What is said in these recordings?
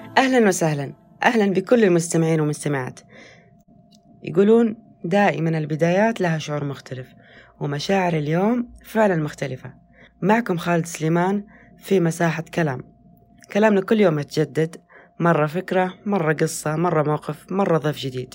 أهلا وسهلا، أهلا بكل المستمعين والمستمعات. يقولون دائما البدايات لها شعور مختلف، ومشاعر اليوم فعلا مختلفة. معكم خالد سليمان في مساحة كلامنا كل يوم يتجدد، مرة فكرة، مرة قصة، مرة موقف، مرة ضيف جديد.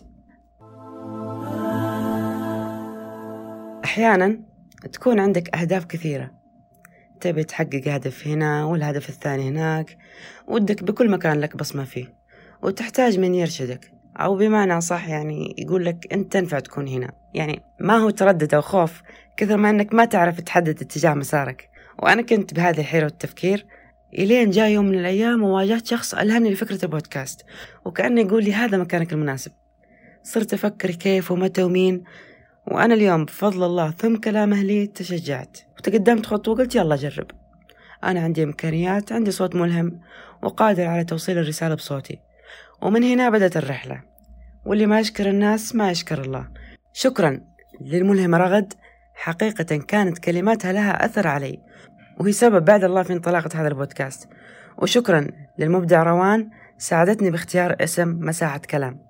أحيانا تكون عندك أهداف كثيرة، تبي تحقق هدف هنا والهدف الثاني هناك، ودك بكل مكان لك بصمة فيه، وتحتاج من يرشدك، أو بمعنى صح يعني يقول لك أنت تنفع تكون هنا. يعني ما هو تردد أو خوف كثر ما أنك ما تعرف تحدد اتجاه مسارك. وأنا كنت بهذه الحيرة والتفكير إلين جاء يوم من الأيام وواجهت شخص ألهمني لفكرة البودكاست، وكأنه يقول لي هذا مكانك المناسب. صرت أفكر كيف ومتى ومين، وأنا اليوم بفضل الله ثم كلامه لي تشجعت وتقدمت خطوة وقلت يلا جرب. أنا عندي إمكانيات، عندي صوت ملهم وقادر على توصيل الرسالة بصوتي. ومن هنا بدأت الرحلة، واللي ما يشكر الناس ما يشكر الله. شكرا للملهمة رغد، حقيقة كانت كلماتها لها أثر علي، وهي سبب بعد الله في انطلاقة هذا البودكاست. وشكرا للمبدع روان، ساعدتني باختيار اسم مساحة كلام.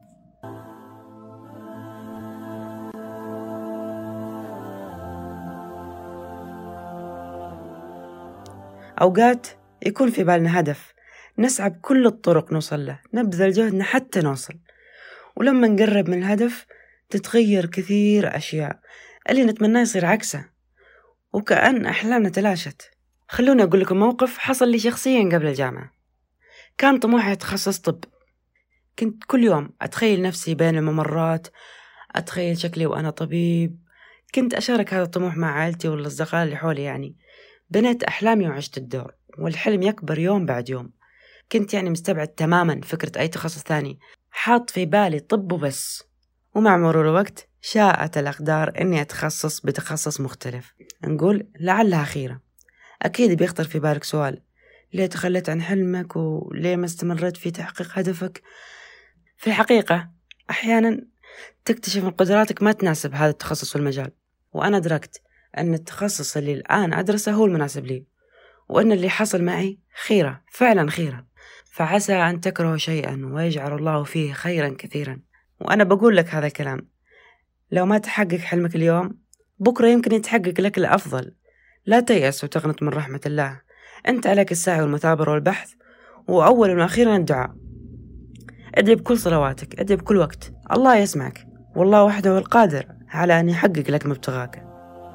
أوقات يكون في بالنا هدف نسعى بكل الطرق نوصل له، نبذل جهدنا حتى نوصل، ولما نقرب من الهدف تتغير كثير أشياء اللي نتمنى يصير عكسه، وكأن أحلامنا تلاشت. خلوني أقول لكم موقف حصل لي شخصيا قبل الجامعة. كان طموحي أتخصص طب، كنت كل يوم أتخيل نفسي بين الممرات، أتخيل شكلي وأنا طبيب. كنت أشارك هذا الطموح مع عائلتي والأصدقاء اللي حولي. يعني بنيت أحلامي وعشت الدور، والحلم يكبر يوم بعد يوم. كنت يعني مستبعد تماما فكرة أي تخصص ثاني، حاط في بالي طب وبس. ومع مرور الوقت شاءت الأقدار أني أتخصص بتخصص مختلف. نقول لعلها خيرة. أكيد بيخطر في بالك سؤال، ليه تخليت عن حلمك وليه ما استمرت في تحقيق هدفك؟ في الحقيقة أحيانا تكتشف أن قدراتك ما تناسب هذا التخصص والمجال، وأنا أدركت أن التخصص اللي الآن أدرسه هو المناسب لي، وأن اللي حصل معي خيرة، فعلا خيرة. فعسى أن تكرهوا شيئا ويجعل الله فيه خيرا كثيرا. وأنا بقول لك هذا الكلام، لو ما تحقق حلمك اليوم بكرة يمكن يتحقق لك الأفضل. لا تيأس وتقنط من رحمة الله، أنت عليك السعي والمثابرة والبحث، وأولا وأخيرا الدعاء. ادعي بكل صلواتك، ادعي بكل وقت، الله يسمعك، والله وحده هو القادر على أن يحقق لك مبتغاك.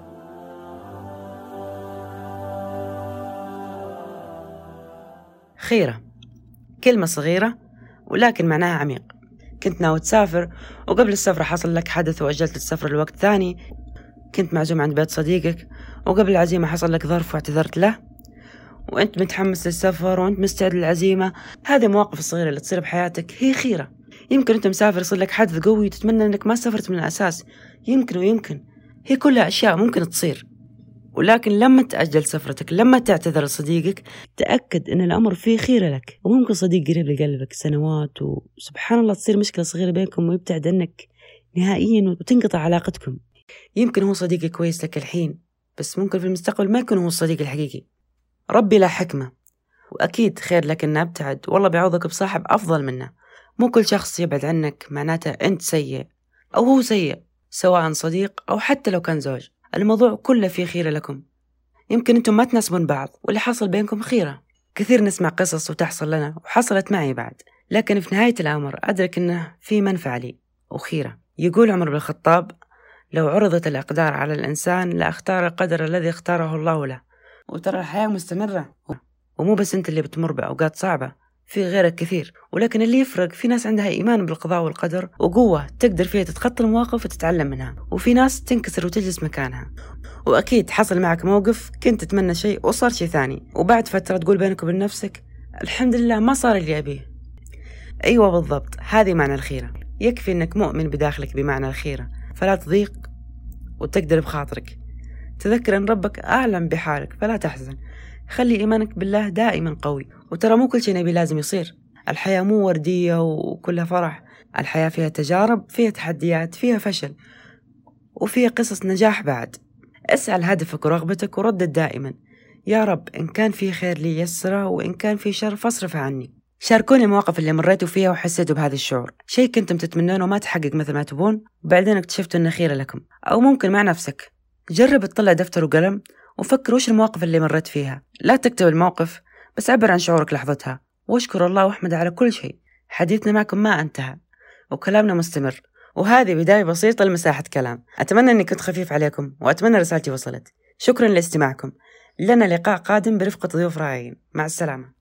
خيرة كلمة صغيرة ولكن معناها عميق. كنت ناوي تسافر، وقبل السفر حصل لك حدث وأجلت السفر لوقت ثاني. كنت معزوم عند بيت صديقك، وقبل العزيمة حصل لك ظرف واعتذرت له، وأنت متحمس للسفر وأنت مستعد للعزيمة. هذه المواقف الصغيرة اللي تصير بحياتك هي خيرة. يمكن أنت مسافر يصير لك حدث قوي تتمنى أنك ما سافرت من الأساس، يمكن هي كلها أشياء ممكن تصير. ولكن لما تأجل سفرتك، لما تعتذر لصديقك، تأكد أن الأمر فيه خير لك. وممكن صديق قريب لقلبك سنوات، وسبحان الله تصير مشكلة صغيرة بينكم ويبتعد عنك نهائيا وتنقطع علاقتكم. يمكن هو صديق كويس لك الحين، بس ممكن في المستقبل ما يكون هو الصديق الحقيقي. ربي له حكمة، وأكيد خير لك أنه ابتعد، والله بيعوضك بصاحب أفضل منه. مو كل شخص يبعد عنك معناته أنت سيء أو هو سيء، سواء صديق أو حتى لو كان زوج. الموضوع كله فيه خيرة لكم. يمكن أنتم ما تناسبون بعض، واللي حصل بينكم خيرة. كثير نسمع قصص وتحصل لنا وحصلت معي بعد، لكن في نهاية الأمر أدرك أنه في منفعة لي وخيرة. يقول عمر بن الخطاب: لو عرضت الأقدار على الإنسان لأختار القدر الذي اختاره الله له. وترى الحياة مستمرة، ومو بس أنت اللي بتمر بأوقات صعبة، في غيرك كثير. ولكن اللي يفرق، في ناس عندها إيمان بالقضاء والقدر وقوة تقدر فيها تتخطى المواقف وتتعلم منها، وفي ناس تنكسر وتجلس مكانها. وأكيد حصل معك موقف كنت تتمنى شيء وصار شيء ثاني، وبعد فترة تقول بينك وبين نفسك الحمد لله ما صار اللي أبيه. أيوة بالضبط، هذه معنى الخيرة. يكفي أنك مؤمن بداخلك بمعنى الخيرة، فلا تضيق وتقدر بخاطرك. تذكر أن ربك أعلم بحالك فلا تحزن. خلي إيمانك بالله دائما قوي. وترى مو كل شيء نبي لازم يصير. الحياة مو وردية وكلها فرح. الحياة فيها تجارب، فيها تحديات، فيها فشل، وفيها قصص نجاح بعد. اسعى لهدفك ورغبتك وردد دائما: يا رب إن كان في خير لي يسره، وإن كان في شر فاصرف عني. شاركوني المواقف اللي مريتوا فيها وحسيتوا بهذا الشعور، شيء كنتم تتمنونه وما تحقق مثل ما تبون وبعدين اكتشفتوا انه خير لكم. أو ممكن مع نفسك، جرب تطلع دفتر وقلم وفكر وش المواقف اللي مريت فيها. لا تكتب الموقف بس عبر عن شعورك لحظتها، واشكر الله واحمد على كل شيء. حديثنا معكم ما انتهى وكلامنا مستمر، وهذه بداية بسيطة لمساحة كلام. أتمنى أني كنت خفيف عليكم وأتمنى رسالتي وصلت. شكرا لاستماعكم، لنا لقاء قادم برفقة ضيوف رائعين. مع السلامة.